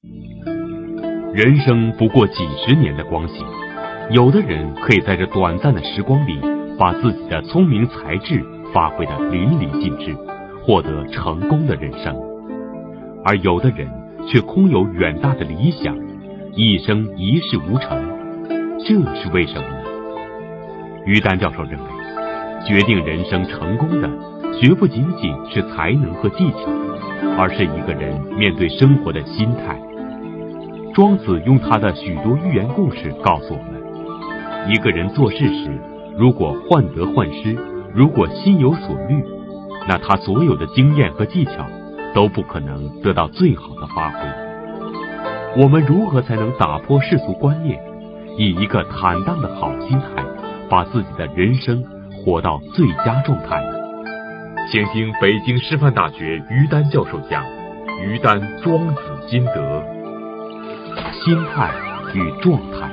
人生不过几十年的光景，有的人可以在这短暂的时光里，把自己的聪明才智发挥得淋漓尽致，获得成功的人生；而有的人却空有远大的理想，一生一事无成，这是为什么呢？于丹教授认为，决定人生成功的绝不仅仅是才能和技巧，而是一个人面对生活的心态。庄子用他的许多寓言故事告诉我们，一个人做事时，如果患得患失，如果心有所虑，那他所有的经验和技巧都不可能得到最好的发挥。我们如何才能打破世俗观念，以一个坦荡的好心态，把自己的人生活到最佳状态呢？请听北京师范大学于丹教授讲于丹庄子心得：心态与状态。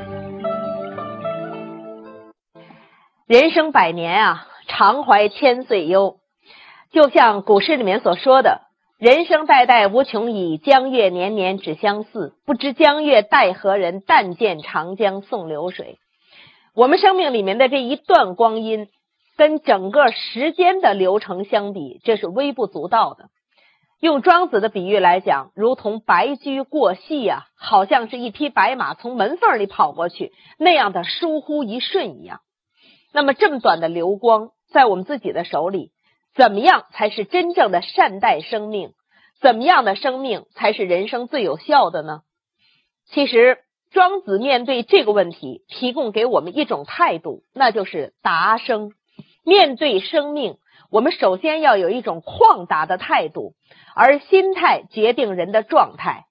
人生百年啊，常怀千岁忧。就像古诗里面所说的，人生代代无穷已，江月年年只相似。不知江月待何人，但见长江送流水。我们生命里面的这一段光阴，跟整个时间的流程相比，这是微不足道的。用庄子的比喻来讲，如同白驹过隙啊，好像是一匹白马从门缝里跑过去，那样的疏忽一瞬一样。那么这么短的流光，在我们自己的手里，怎么样才是真正的善待生命？怎么样的生命才是人生最有效的呢？其实庄子面对这个问题，提供给我们一种态度，那就是达生。面对生命，我们首先要有一种旷达的态度，而心态决定人的状态。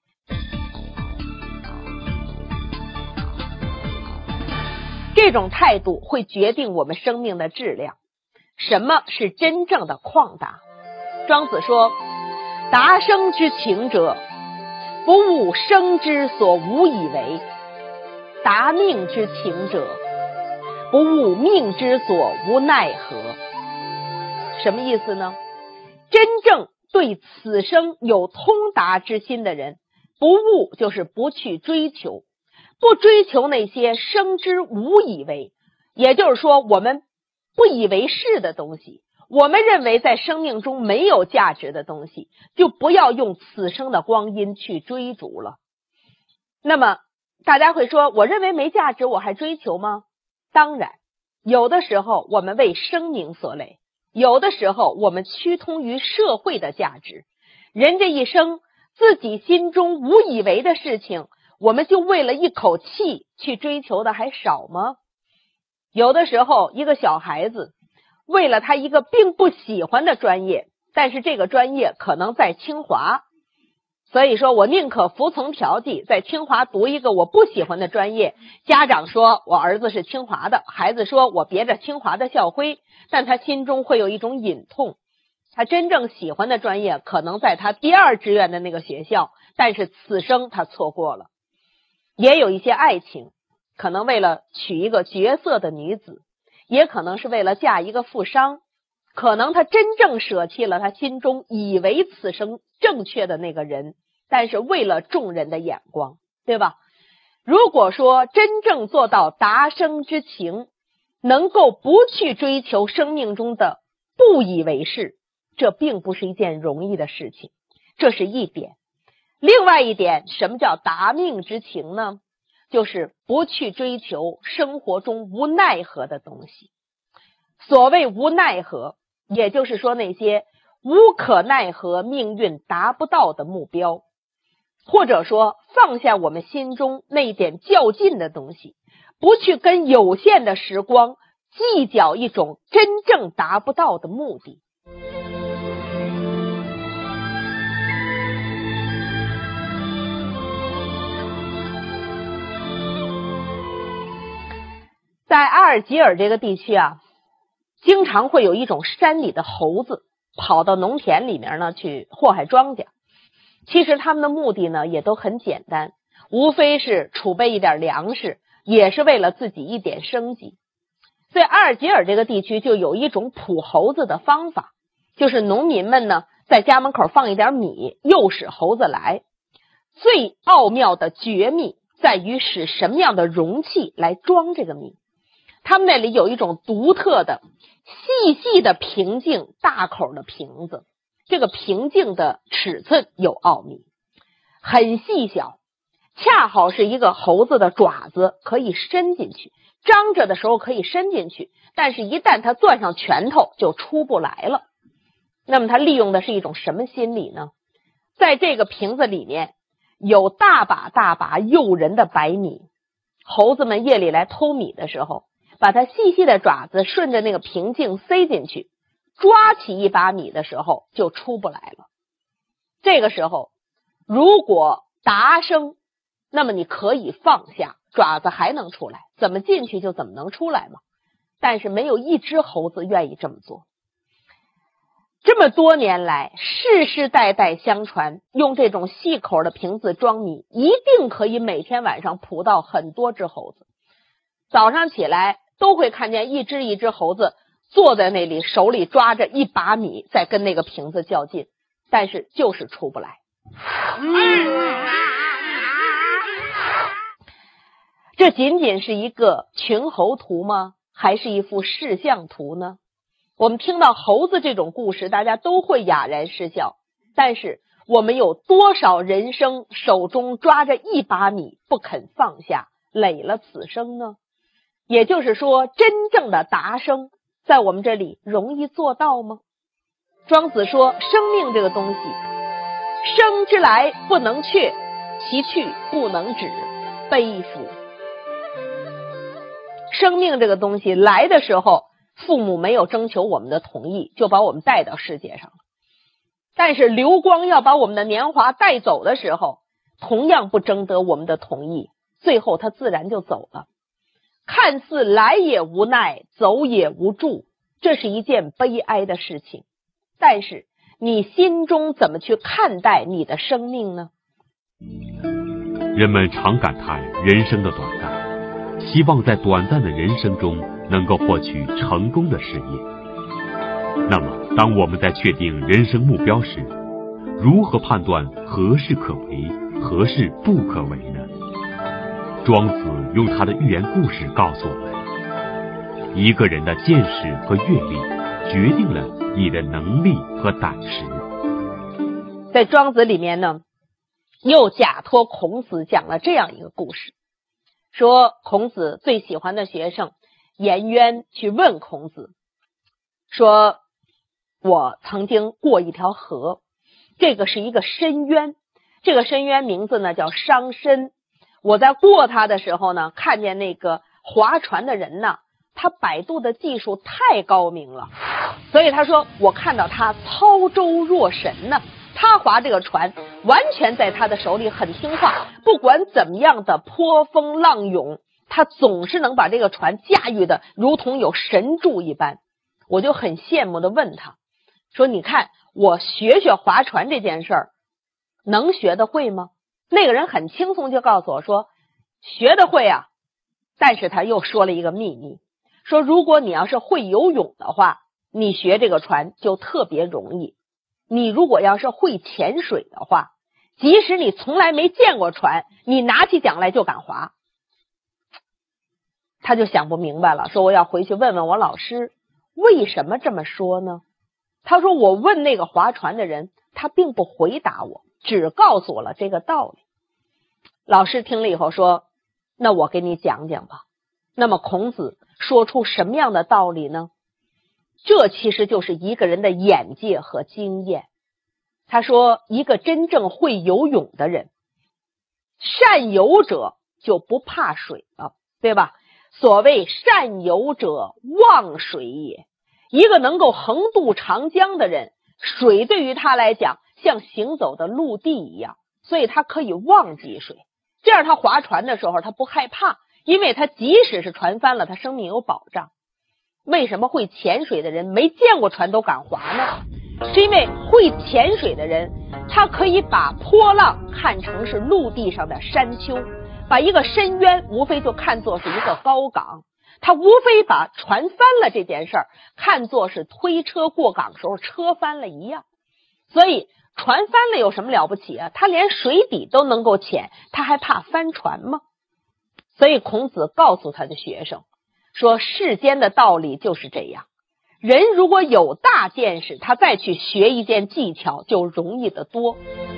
这种态度会决定我们生命的质量。什么是真正的旷达？庄子说，达生之情者，不务生之所无以为；达命之情者，不务命之所无奈何。什么意思呢？真正对此生有通达之心的人，不务就是不去追求，不追求那些生之无以为，也就是说我们不以为是的东西，我们认为在生命中没有价值的东西，就不要用此生的光阴去追逐了。那么大家会说，我认为没价值我还追求吗？当然，有的时候我们为生命所累，有的时候我们趋同于社会的价值。人这一生自己心中无以为的事情，我们就为了一口气去追求的还少吗？有的时候一个小孩子为了他一个并不喜欢的专业，但是这个专业可能在清华，所以说我宁可服从调剂，在清华读一个我不喜欢的专业。家长说我儿子是清华的，孩子说我别着清华的校徽，但他心中会有一种隐痛。他真正喜欢的专业可能在他第二志愿的那个学校，但是此生他错过了。也有一些爱情，可能为了娶一个绝色的女子，也可能是为了嫁一个富商，可能他真正舍弃了他心中以为此生正确的那个人，但是为了众人的眼光，对吧？如果说真正做到达生之情，能够不去追求生命中的不以为是，这并不是一件容易的事情，这是一点。另外一点，什么叫达命之情呢？就是不去追求生活中无奈何的东西。所谓无奈何，也就是说那些无可奈何命运达不到的目标，或者说放下我们心中那一点较劲的东西，不去跟有限的时光计较一种真正达不到的目的。在阿尔及尔这个地区啊，经常会有一种山里的猴子跑到农田里面呢去祸害庄稼。其实他们的目的呢也都很简单，无非是储备一点粮食，也是为了自己一点生计。所以阿尔及尔这个地区就有一种捕猴子的方法，就是农民们呢在家门口放一点米，诱使猴子来。 最奥妙的绝密在于使什么样的容器来装这个米。他们那里有一种独特的细细的平镜大口的瓶子，这个平镜的尺寸有奥秘，很细小，恰好是一个猴子的爪子可以伸进去，张着的时候可以伸进去，但是一旦它攥上拳头就出不来了。那么它利用的是一种什么心理呢？在这个瓶子里面有大把大把诱人的白米，猴子们夜里来偷米的时候，把它细细的爪子顺着那个瓶颈塞进去，抓起一把米的时候就出不来了。这个时候如果答声，那么你可以放下，爪子还能出来，怎么进去就怎么能出来嘛。但是没有一只猴子愿意这么做。这么多年来世世代代相传，用这种细口的瓶子装米，一定可以每天晚上捕到很多只猴子。早上起来都会看见一只一只猴子坐在那里，手里抓着一把米在跟那个瓶子较劲，但是就是出不来。这仅仅是一个群猴图吗？还是一幅视像图呢？我们听到猴子这种故事，大家都会哑然失笑，但是我们有多少人生手中抓着一把米不肯放下，累了此生呢？也就是说，真正的达生在我们这里容易做到吗？庄子说，生命这个东西，生之来不能却，其去不能止，悲夫。生命这个东西来的时候，父母没有征求我们的同意，就把我们带到世界上了。但是流光要把我们的年华带走的时候，同样不征得我们的同意，最后他自然就走了。看似来也无奈，走也无助，这是一件悲哀的事情。但是你心中怎么去看待你的生命呢？ 人们常感叹人生的短暂，希望在短暂的人生中能够获取成功的事业。那么当我们在确定人生目标时，如何判断何事可为，何事不可为呢？庄子用他的寓言故事告诉我们，一个人的见识和阅历决定了你的能力和胆识。 在庄子里面呢，又假托孔子讲了这样一个故事，说孔子最喜欢的学生颜渊去问孔子，说我曾经过一条河，这个是一个深渊，这个深渊名字呢叫商深。我在过它的时候呢，看见那个划船的人呢，他摆渡的技术太高明了，所以他说我看到他操舟若神呢，他划这个船完全在他的手里很听话，不管怎么样的波峰浪涌，他总是能把这个船驾驭的如同有神助一般。我就很羡慕的问他说，你看我学学划船这件事儿能学得会吗？那个人很轻松就告诉我说学得会啊，但是他又说了一个秘密，说如果你要是会游泳的话，你学这个船就特别容易，你如果要是会潜水的话，即使你从来没见过船，你拿起桨来就敢划。他就想不明白了，说我要回去问问我老师为什么这么说呢？他说我问那个划船的人，他并不回答我，只告诉我了这个道理。老师听了以后说，那我给你讲讲吧。那么孔子说出什么样的道理呢？这其实就是一个人的眼界和经验。他说一个真正会游泳的人，善游者就不怕水了，对吧？所谓善游者忘水也，一个能够横渡长江的人，水对于他来讲像行走的陆地一样，所以他可以忘记水，这样他划船的时候他不害怕，因为他即使是船翻了，他生命有保障。为什么会潜水的人没见过船都敢划呢？是因为会潜水的人，他可以把波浪看成是陆地上的山丘，把一个深渊无非就看作是一个高岗，他无非把船翻了这件事儿看作是推车过岗时候车翻了一样。所以船翻了有什么了不起啊？他连水底都能够潜，他还怕翻船吗？所以孔子告诉他的学生说，世间的道理就是这样，人如果有大见识，他再去学一件技巧就容易得多。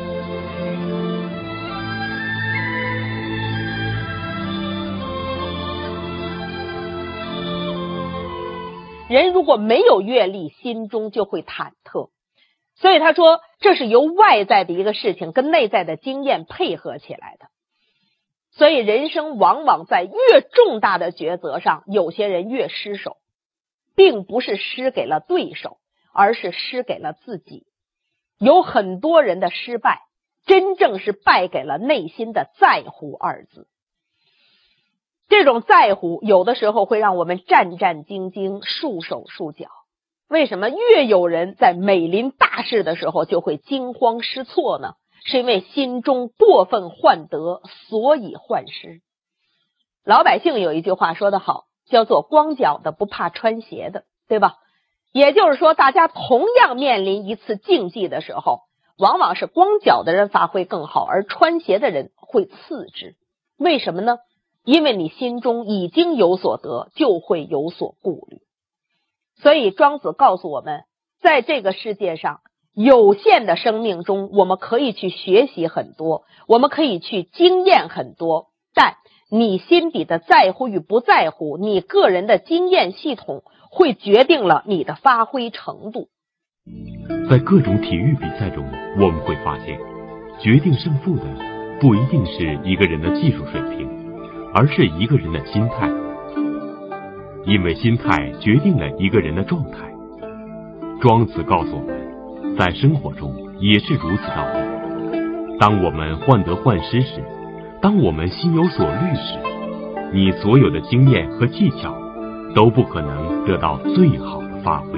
人如果没有阅历，心中就会忐忑。所以他说，这是由外在的一个事情跟内在的经验配合起来的。所以人生往往在越重大的抉择上，有些人越失手，并不是失给了对手，而是失给了自己。有很多人的失败，真正是败给了内心的在乎二字。这种在乎有的时候会让我们战战兢兢，束手束脚。为什么越有人在美临大事的时候就会惊慌失措呢？是因为心中过分患得，所以患失。老百姓有一句话说得好，叫做光脚的不怕穿鞋的，对吧？也就是说，大家同样面临一次竞技的时候，往往是光脚的人发挥更好，而穿鞋的人会次之。为什么呢？因为你心中已经有所得，就会有所顾虑。所以庄子告诉我们，在这个世界上有限的生命中，我们可以去学习很多，我们可以去经验很多，但你心底的在乎与不在乎，你个人的经验系统会决定了你的发挥程度。 在各种体育比赛中，我们会发现，决定胜负的不一定是一个人的技术水平，而是一个人的心态。因为心态决定了一个人的状态。庄子告诉我们，在生活中也是如此道理。当我们患得患失时，当我们心有所虑时，你所有的经验和技巧都不可能得到最好的发挥。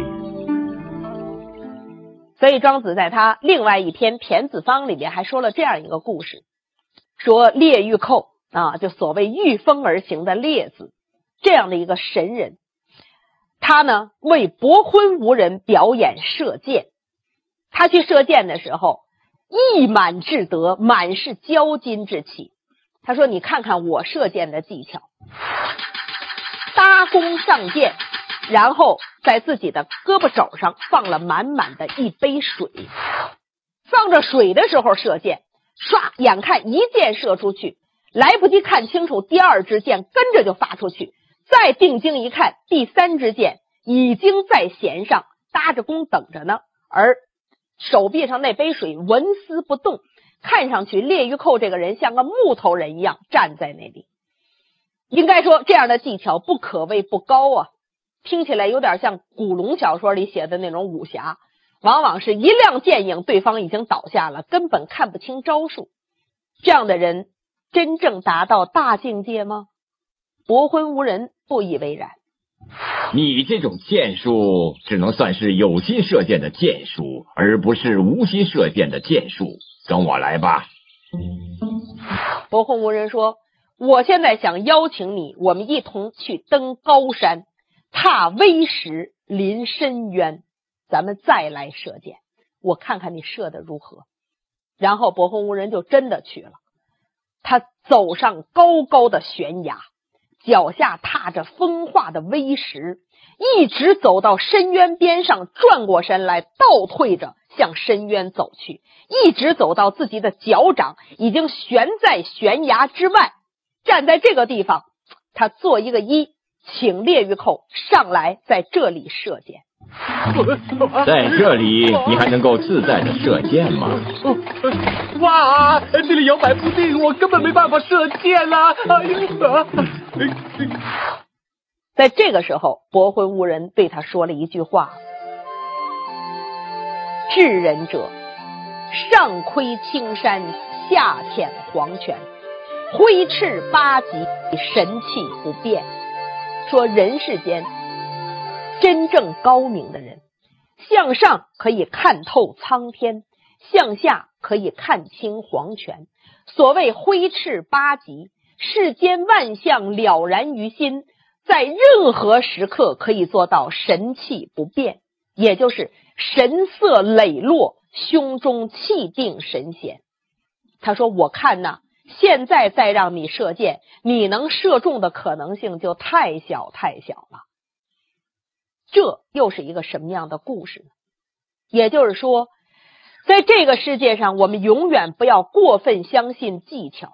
所以庄子在他另外一篇《骈子方》里面还说了这样一个故事，说列御寇就所谓御风而行的列子，这样的一个神人，他呢为伯昏无人表演射箭。他去射箭的时候，意满志得，满是骄矜之气。他说，你看看我射箭的技巧，搭弓上箭，然后在自己的胳膊肘上放了满满的一杯水，放着水的时候射箭，唰，眼看一箭射出去，来不及看清楚第二支箭跟着就发出去，再定睛一看，第三支箭已经在弦上搭着弓等着呢，而手臂上那杯水纹丝不动，看上去列御寇这个人像个木头人一样站在那里。应该说这样的技巧不可谓不高啊，听起来有点像古龙小说里写的那种武侠，往往是一亮剑影，对方已经倒下了，根本看不清招数。这样的人真正达到大境界吗？伯昏无人不以为然。 你这种箭术只能算是有心射箭的箭术，而不是无心射箭的箭术。跟我来吧。 伯昏无人说，我现在想邀请你，我们一同去登高山，踏危石，临深渊，咱们再来射箭，我看看你射的如何。然后伯昏无人就真的去了，他走上高高的悬崖，脚下踏着风化的危石，一直走到深渊边上，转过身来倒退着向深渊走去，一直走到自己的脚掌已经悬在悬崖之外。站在这个地方，他做一个揖，请列御寇上来在这里射箭。 在这里你还能够自在的射箭吗？ 哇，这里摇摆不定，我根本没办法射箭啊！ 在这个时候，伯昏无人对他说了一句话：智人者，上窥青山，下舔黄泉，挥斥八极，神气不变。说人世间真正高明的人，向上可以看透苍天，向下可以看清黄泉。所谓挥斥八极，世间万象了然于心，在任何时刻可以做到神气不变，也就是神色磊落， 胸中气定神闲。他说我看呐，现在再让你射箭，你能射中的可能性就太小太小了。这又是一个什么样的故事呢？也就是说，在这个世界上，我们永远不要过分相信技巧。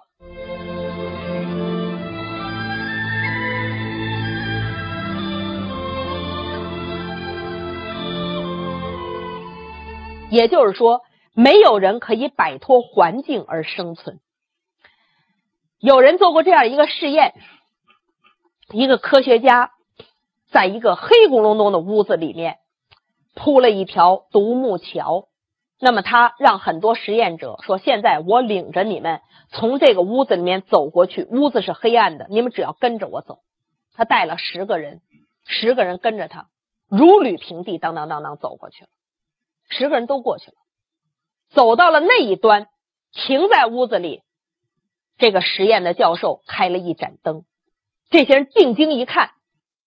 也就是说，没有人可以摆脱环境而生存。有人做过这样一个试验，一个科学家在一个黑咕隆咚的屋子里面铺了一条独木桥，那么他让很多实验者说，现在我领着你们从这个屋子里面走过去，屋子是黑暗的，你们只要跟着我走。他带了10个人，10个人跟着他如履平地，当当当当走过去了。10个人都过去了，走到了那一端，停在屋子里，这个实验的教授开了一盏灯，这些人定睛一看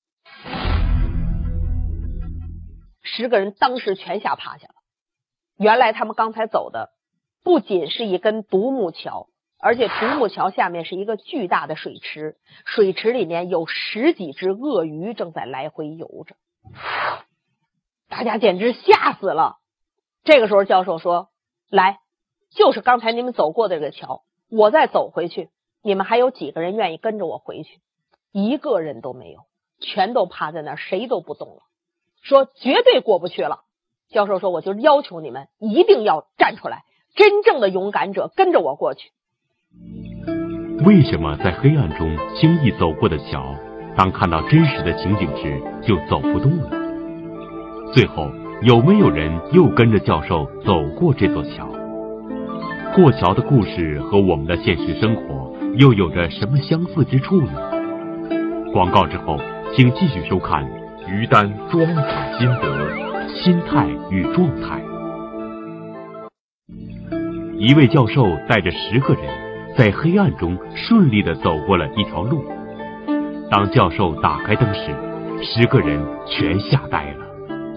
，10个人当时全吓趴下了。原来他们刚才走的不仅是一根独木桥，而且独木桥下面是一个巨大的水池，水池里面有10几只鳄鱼正在来回游着，大家简直吓死了。这个时候教授说，来，就是刚才你们走过的这个桥，我再走回去，你们还有几个人愿意跟着我回去？一个人都没有，全都趴在那儿，谁都不动了，说绝对过不去了。教授说，我就要求你们一定要站出来，真正的勇敢者跟着我过去。 为什么在黑暗中轻易走过的桥，当看到真实的情景时就走不动了？最后有没有人又跟着教授走过这座桥？过桥的故事和我们的现实生活又有着什么相似之处呢？广告之后，请继续收看于丹庄子心得：心态与状态。一位教授带着10个人在黑暗中顺利地走过了一条路。当教授打开灯时，10个人全吓呆了。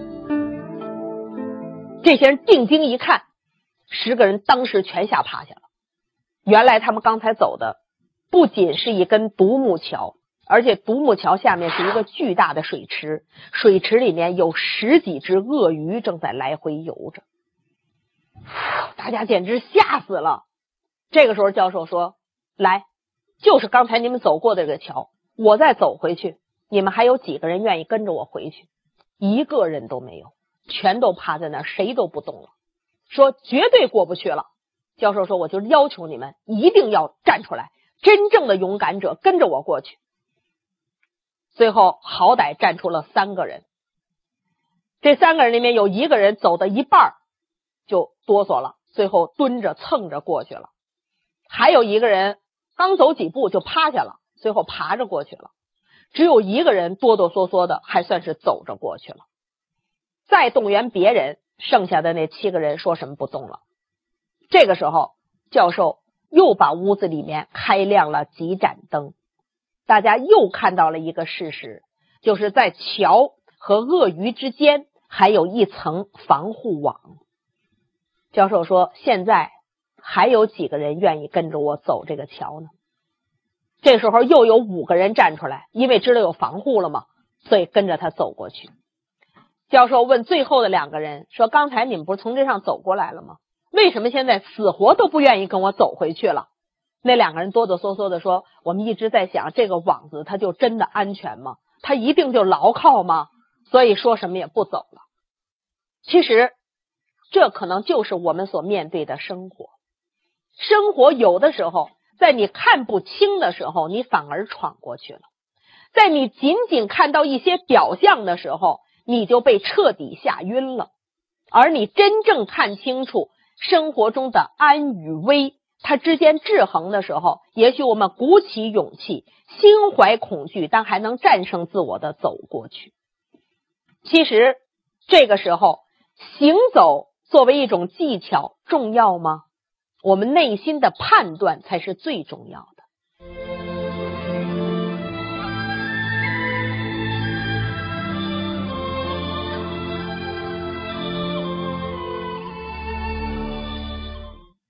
这些人定睛一看，10个人当时全吓趴下了。原来他们刚才走的不仅是一根独木桥，而且独木桥下面是一个巨大的水池，水池里面有10几只鳄鱼正在来回游着，大家简直吓死了。这个时候教授说，来，就是刚才你们走过的这个桥，我再走回去，你们还有几个人愿意跟着我回去？一个人都没有，全都趴在那儿，谁都不动了，说绝对过不去了。教授说，我就要求你们一定要站出来，真正的勇敢者跟着我过去。最后好歹站出了3个人，这3个人里面有1个人走到一半就哆嗦了，最后蹲着蹭着过去了。还有1个人刚走几步就趴下了，最后爬着过去了。只有1个人哆哆嗦嗦的，还算是走着过去了。再动员别人，剩下的那7个人说什么不动了。这个时候教授又把屋子里面开亮了几盏灯，大家又看到了一个事实，就是在桥和鳄鱼之间还有一层防护网。教授说，现在还有几个人愿意跟着我走这个桥呢？这时候又有5个人站出来，因为知道有防护了嘛，所以跟着他走过去。教授问最后的2个人说，刚才你们不是从这上走过来了吗？为什么现在死活都不愿意跟我走回去了？那2个人哆哆嗦嗦的说，我们一直在想，这个网子它就真的安全吗？它一定就牢靠吗？所以说什么也不走了。其实这可能就是我们所面对的生活。生活有的时候在你看不清的时候，你反而闯过去了；在你仅仅看到一些表象的时候，你就被彻底吓晕了。而你真正看清楚生活中的安与危，它之间制衡的时候，也许我们鼓起勇气，心怀恐惧，但还能战胜自我的走过去。其实这个时候行走作为一种技巧重要吗？我们内心的判断才是最重要的。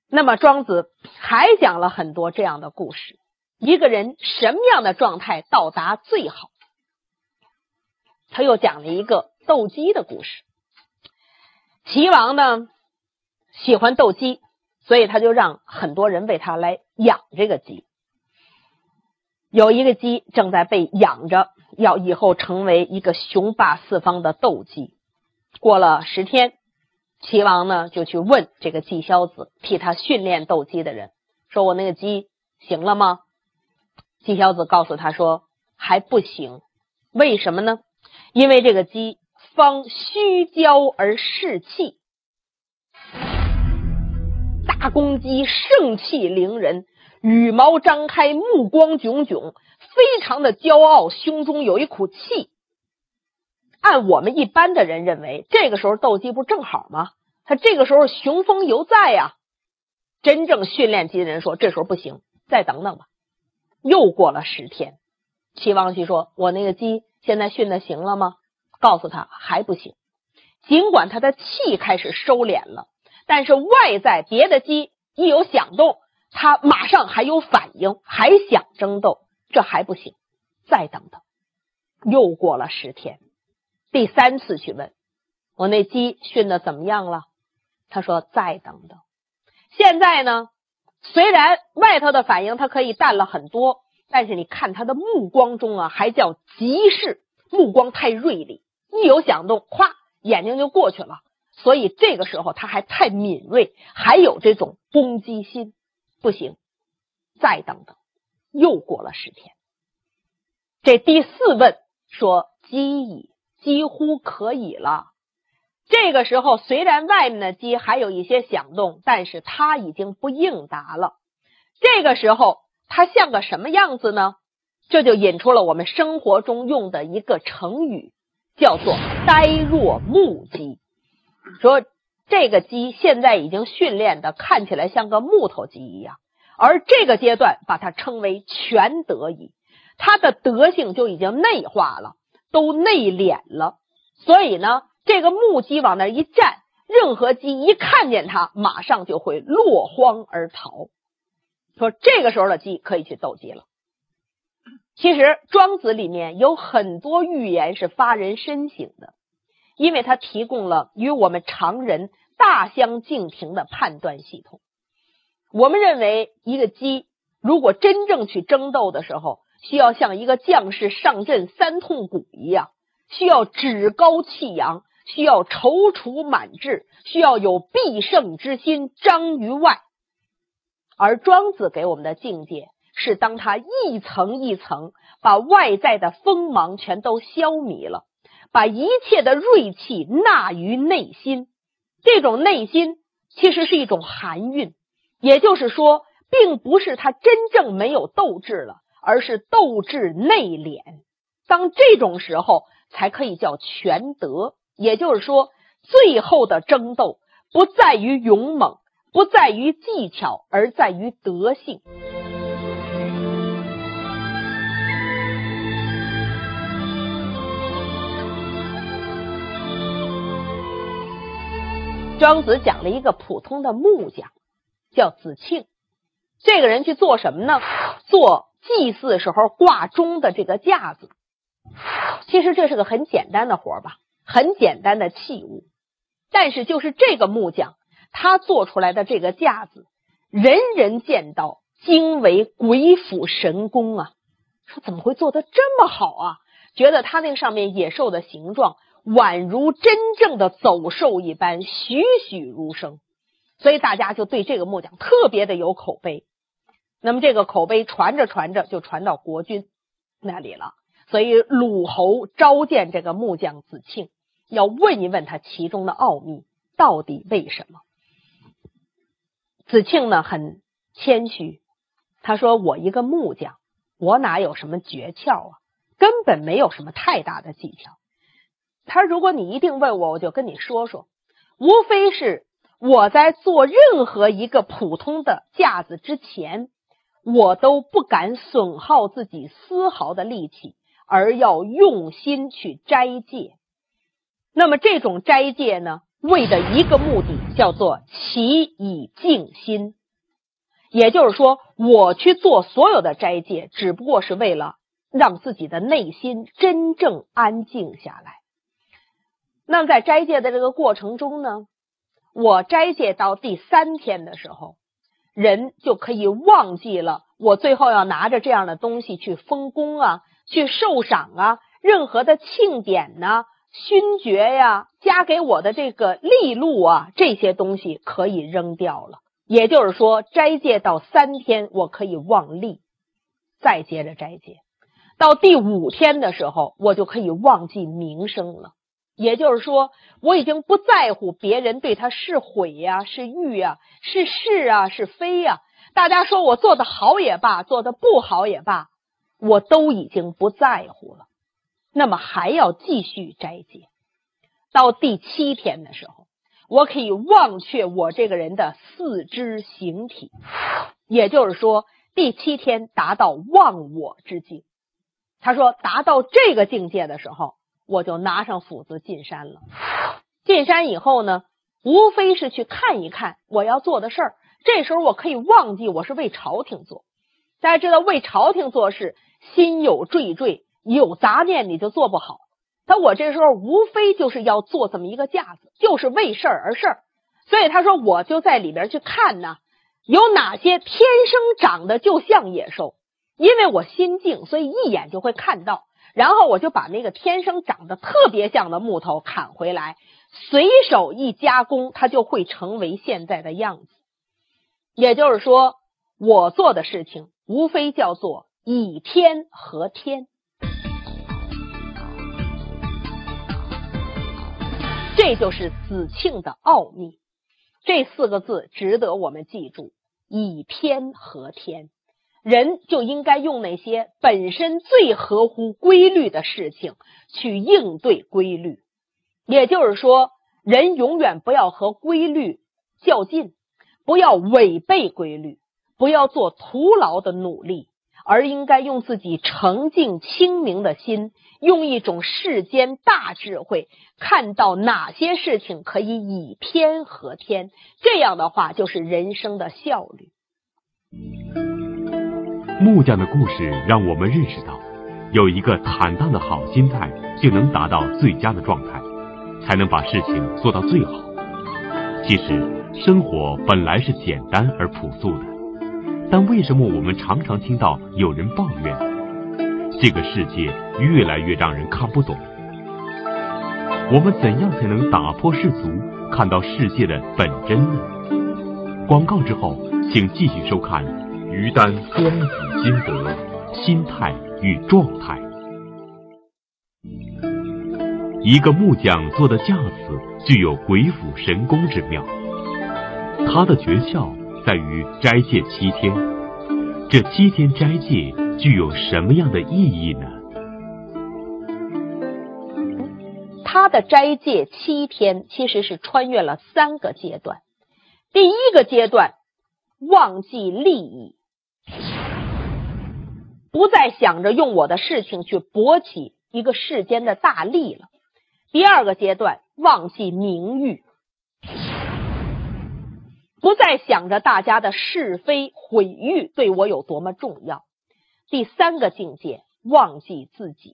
那么庄子还讲了很多这样的故事，一个人什么样的状态到达最好？他又讲了一个斗鸡的故事。齐王呢喜欢斗鸡，所以他就让很多人为他来养这个鸡。有一个鸡正在被养着，要以后成为一个雄霸四方的斗鸡。过了10天，齐王呢就去问这个季萧子，替他训练斗鸡的人，说我那个鸡行了吗？季萧子告诉他说还不行。为什么呢？因为这个鸡方虚骄而士气，大公鸡盛气凌人，羽毛张开，目光炯炯，非常的骄傲，胸中有一股气。按我们一般的人认为，这个时候斗鸡不正好吗？他这个时候雄风犹在呀。真正训练鸡的人说这时候不行，再等等吧。又过了10天，齐王去说我那个鸡现在训的行了吗？告诉他还不行。尽管他的气开始收敛了，但是外在别的鸡一有响动，他马上还有反应，还想争斗，这还不行，再等等。又过了10天，第3次去问我那鸡训的怎么样了？他说再等等。现在呢，虽然外头的反应它可以淡了很多，但是你看他的目光中啊，还叫急视，目光太锐利，一有响动，咵，眼睛就过去了。所以这个时候他还太敏锐，还有这种攻击心，不行，再等等。又过了10天，这第4问说鸡矣，几乎可以了。这个时候虽然外面的鸡还有一些响动，但是他已经不应答了。这个时候他像个什么样子呢？这就引出了我们生活中用的一个成语，叫做呆若木鸡。说这个鸡现在已经训练的看起来像个木头鸡一样，而这个阶段把它称为全德矣，它的德性就已经内化了，都内敛了。所以呢，这个木鸡往那一站，任何鸡一看见它马上就会落荒而逃。说这个时候的鸡可以去斗鸡了。其实庄子里面有很多寓言是发人深省的，因为它提供了与我们常人大相径庭的判断系统。我们认为一个鸡如果真正去争斗的时候，需要像一个将士上阵3通鼓一样，需要趾高气扬，需要踌躇满志，需要有必胜之心张于外。而庄子给我们的境界是当他一层一层把外在的锋芒全都消弭了，把一切的锐气纳于内心。这种内心其实是一种含蕴，也就是说并不是他真正没有斗志了，而是斗志内敛。当这种时候才可以叫全德，也就是说最后的争斗不在于勇猛，不在于技巧，而在于德性。庄子讲了一个普通的木匠，叫子庆。这个人去做什么呢？做祭祀时候挂钟的这个架子。其实这是个很简单的活吧，很简单的器物。但是就是这个木匠，他做出来的这个架子，人人见到惊为鬼斧神工啊！说怎么会做得这么好啊？觉得他那个上面野兽的形状宛如真正的走兽一般，栩栩如生。所以大家就对这个木匠特别的有口碑。那么这个口碑传着传着就传到国君那里了，所以鲁侯召见这个木匠子庆，要问一问他其中的奥秘，到底为什么。子庆呢很谦虚，他说我一个木匠，我哪有什么诀窍啊，根本没有什么太大的技巧。他说如果你一定问我，我就跟你说说，无非是我在做任何一个普通的架子之前，我都不敢损耗自己丝毫的力气，而要用心去斋戒。那么这种斋戒呢，为的一个目的叫做其以静心， 也就是说，我去做所有的斋戒，只不过是为了让自己的内心真正安静下来。那么在斋戒的这个过程中呢，我斋戒到第3天的时候，人就可以忘记了我最后要拿着这样的东西去封功啊，去受赏啊，任何的庆典啊、勋爵呀、加给我的这个利禄啊，这些东西可以扔掉了。也就是说，斋戒到3天，我可以忘利，再接着斋戒。到第5天的时候，我就可以忘记名声了。也就是说，我已经不在乎别人对他是毁呀、是誉呀、是是啊、是非呀。大家说我做的好也罢，做的不好也罢，我都已经不在乎了。那么还要继续斋戒。到第7天的时候，我可以忘却我这个人的四肢形体，也就是说，第7天达到忘我之境。他说，达到这个境界的时候，我就拿上斧子进山了。进山以后呢，无非是去看一看我要做的事儿。这时候我可以忘记我是为朝廷做。大家知道，为朝廷做事，心有惴惴，有杂念你就做不好。但我这时候无非就是要做这么一个架子，就是为事儿而事儿。所以他说，我就在里边去看呢，有哪些天生长得就像野兽，因为我心静，所以一眼就会看到。然后我就把那个天生长得特别像的木头砍回来，随手一加工，它就会成为现在的样子。也就是说，我做的事情无非叫做以天合天。这就是子庆的奥秘。这4个字值得我们记住，以天合天。人就应该用那些本身最合乎规律的事情去应对规律。也就是说，人永远不要和规律较劲，不要违背规律，不要做徒劳的努力，而应该用自己澄净清明的心，用一种世间大智慧，看到哪些事情可以以天合天。这样的话，就是人生的效率。 木匠的故事让我们认识到，有一个坦荡的好心态，就能达到最佳的状态，才能把事情做到最好。其实生活本来是简单而朴素的，但为什么我们常常听到有人抱怨，这个世界越来越让人看不懂？我们怎样才能打破世俗，看到世界的本真呢？广告之后，请继续收看于丹光子心得：心态与状态。一个木匠做的架子具有鬼斧神工之妙，他的诀窍在于斋戒7天。这7天斋戒具有什么样的意义呢？ 他的斋戒7天其实是穿越了3个阶段。第一个阶段，忘记利益，不再想着用我的事情去博起一个世间的大利了。第二个阶段，忘记名誉，不再想着大家的是非毁誉对我有多么重要。第3个境界，忘记自己。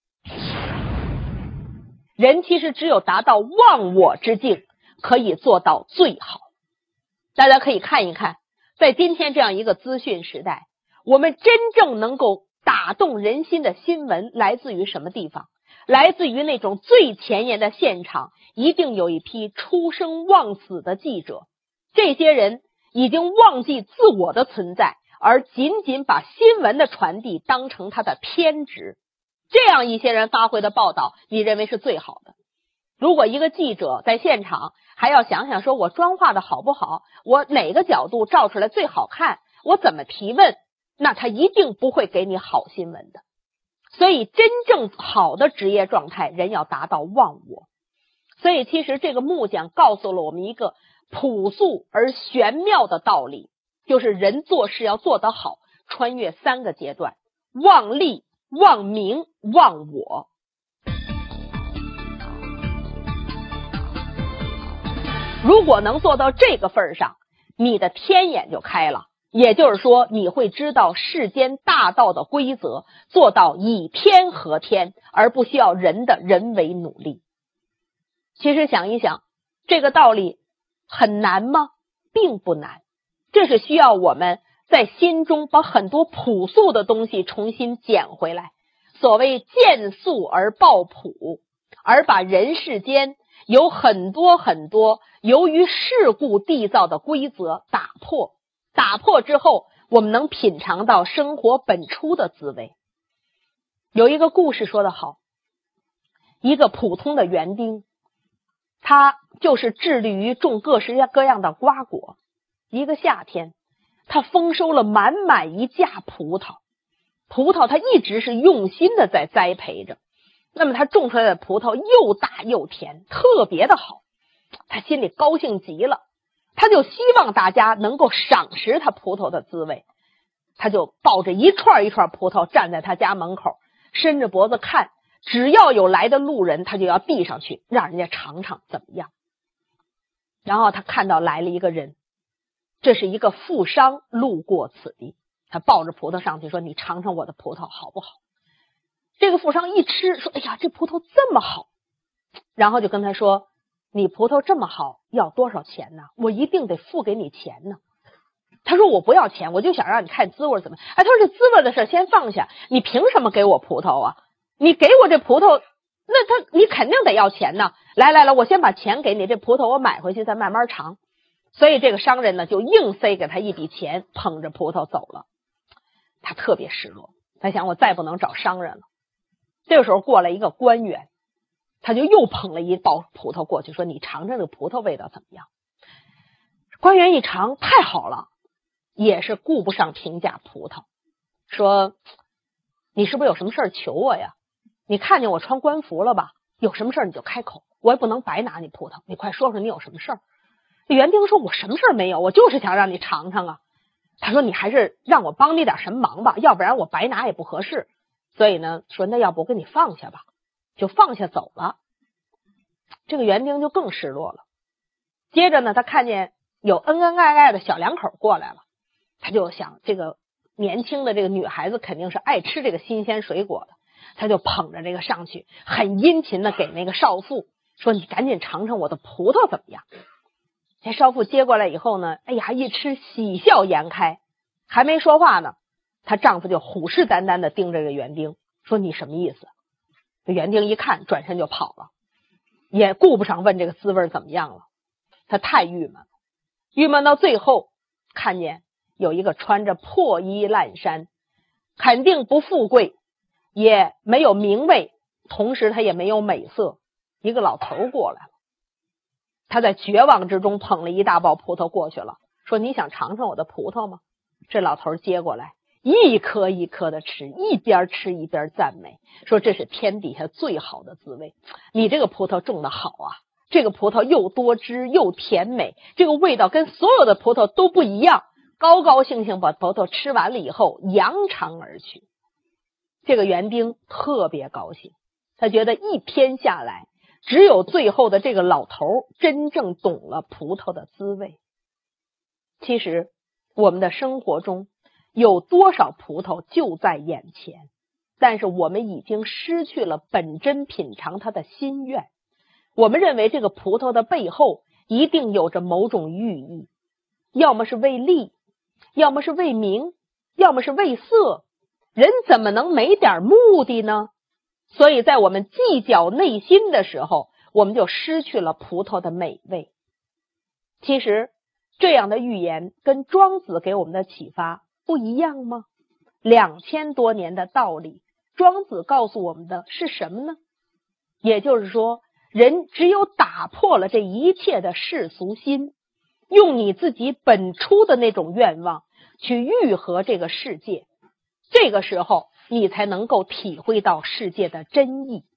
人其实只有达到忘我之境，可以做到最好。大家可以看一看，在今天这样一个资讯时代，我们真正能够打动人心的新闻来自于什么地方？来自于那种最前沿的现场，一定有一批出生忘死的记者。这些人已经忘记自我的存在，而仅仅把新闻的传递当成他的偏执。这样一些人发挥的报道，你认为是最好的。如果一个记者在现场还要想想说我妆化的好不好，我哪个角度照出来最好看，我怎么提问，那他一定不会给你好新闻的。所以真正好的职业状态，人要达到忘我。所以其实这个木匠告诉了我们一个朴素而玄妙的道理，就是人做事要做得好，穿越3个阶段：忘利、忘名、忘我。如果能做到这个份上，你的天眼就开了， 也就是说，你会知道世间大道的规则，做到以天合天，而不需要人的人为努力。其实想一想，这个道理很难吗？并不难，这是需要我们在心中把很多朴素的东西重新捡回来。所谓见素而抱朴，而把人世间有很多很多由于世故缔造的规则打破之后，我们能品尝到生活本初的滋味。有一个故事说得好，一个普通的园丁，他就是致力于种各式各样的瓜果。一个夏天，他丰收了满满一架葡萄他一直是用心的在栽培着，那么他种出来的葡萄又大又甜，特别的好，他心里高兴极了，他就希望大家能够赏识他葡萄的滋味。他就抱着一串一串葡萄站在他家门口，伸着脖子看，只要有来的路人，他就要递上去，让人家尝尝怎么样。然后他看到来了一个人，这是一个富商路过此地，他抱着葡萄上去说，你尝尝我的葡萄好不好？这个富商一吃说，哎呀，这葡萄这么好，然后就跟他说，你葡萄这么好，要多少钱呢？我一定得付给你钱呢。他说我不要钱，我就想让你看滋味怎么样。他说这滋味的事先放下，你凭什么给我葡萄啊？你给我这葡萄，那你肯定得要钱呢。来，我先把钱给你，这葡萄我买回去再慢慢尝。所以这个商人呢，就硬塞给他一笔钱，捧着葡萄走了。他特别失落，他想我再不能找商人了。这个时候过来一个官员，他就又捧了一包葡萄过去，说你尝尝这个葡萄味道怎么样？官员一尝，太好了，也是顾不上评价葡萄，说你是不是有什么事求我呀？你看见我穿官服了吧？有什么事你就开口，我也不能白拿你葡萄，你快说说你有什么事。园丁说，我什么事没有，我就是想让你尝尝啊。他说，你还是让我帮你点什么忙吧，要不然我白拿也不合适。所以呢，说那要不我给你放下吧，就放下走了。这个园丁就更失落了。接着呢，他看见有恩恩爱爱的小两口过来了，他就想这个年轻的这个女孩子肯定是爱吃这个新鲜水果的，他就捧着这个上去，很殷勤的给那个少妇说，你赶紧尝尝我的葡萄怎么样。这少妇接过来以后呢，哎呀，一吃喜笑颜开，还没说话呢，她丈夫就虎视眈眈的盯着这个园丁，说你什么意思？这园丁一看，转身就跑了，也顾不上问这个滋味怎么样了。他太郁闷了，郁闷到最后，看见有一个穿着破衣烂衫，肯定不富贵，也没有名位，同时他也没有美色，一个老头过来了。他在绝望之中捧了一大包葡萄过去了，说你想尝尝我的葡萄吗？这老头接过来，一颗一颗的吃，一边吃一边赞美，说这是天底下最好的滋味，你这个葡萄种的好啊，这个葡萄又多汁又甜美，这个味道跟所有的葡萄都不一样。高高兴兴把葡萄吃完了以后，扬长而去。这个园丁特别高兴，他觉得一天下来，只有最后的这个老头真正懂了葡萄的滋味。其实我们的生活中有多少葡萄就在眼前，但是我们已经失去了本真品尝它的心愿。我们认为这个葡萄的背后一定有着某种寓意，要么是为利，要么是为名，要么是为色，人怎么能没点目的呢？所以在我们计较内心的时候，我们就失去了葡萄的美味。其实这样的寓言跟庄子给我们的启发不一样吗？2000多年的道理，庄子告诉我们的是什么呢？也就是说，人只有打破了这一切的世俗心，用你自己本初的那种愿望去愈合这个世界，这个时候你才能够体会到世界的真意。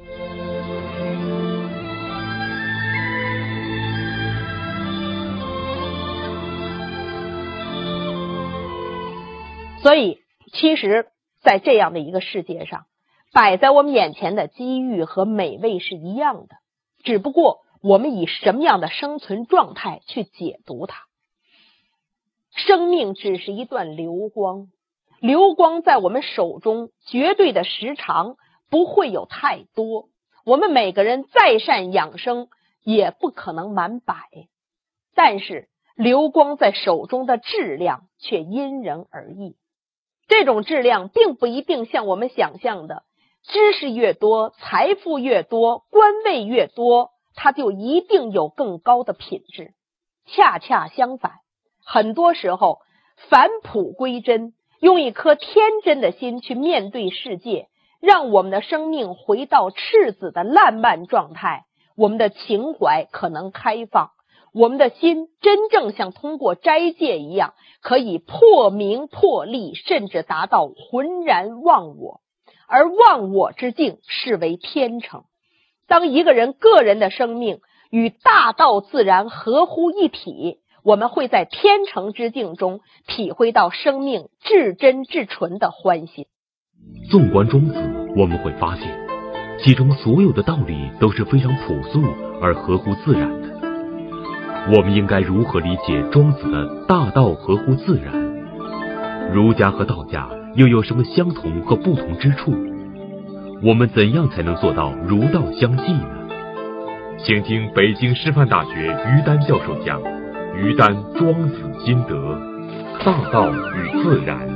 所以其实在这样的一个世界上，摆在我们眼前的机遇和美味是一样的，只不过我们以什么样的生存状态去解读它。 生命只是一段流光，流光在我们手中绝对的时长不会有太多，我们每个人再善养生也不可能满百，但是流光在手中的质量却因人而异。这种质量并不一定像我们想象的，知识越多，财富越多，官位越多，它就一定有更高的品质。恰恰相反，很多时候返璞归真，用一颗天真的心去面对世界，让我们的生命回到赤子的烂漫状态，我们的情怀可能开放，我们的心真正像通过斋戒一样，可以破名破利，甚至达到浑然忘我，而忘我之境视为天成。当一个人个人的生命与大道自然合乎一体，我们会在天成之境中体会到生命至真至纯的欢喜。 纵观庄子，我们会发现其中所有的道理都是非常朴素而合乎自然的。我们应该如何理解庄子的大道合乎自然？儒家和道家又有什么相同和不同之处？我们怎样才能做到儒道相济呢？请听北京师范大学于丹教授讲于丹庄子心得：大道与自然。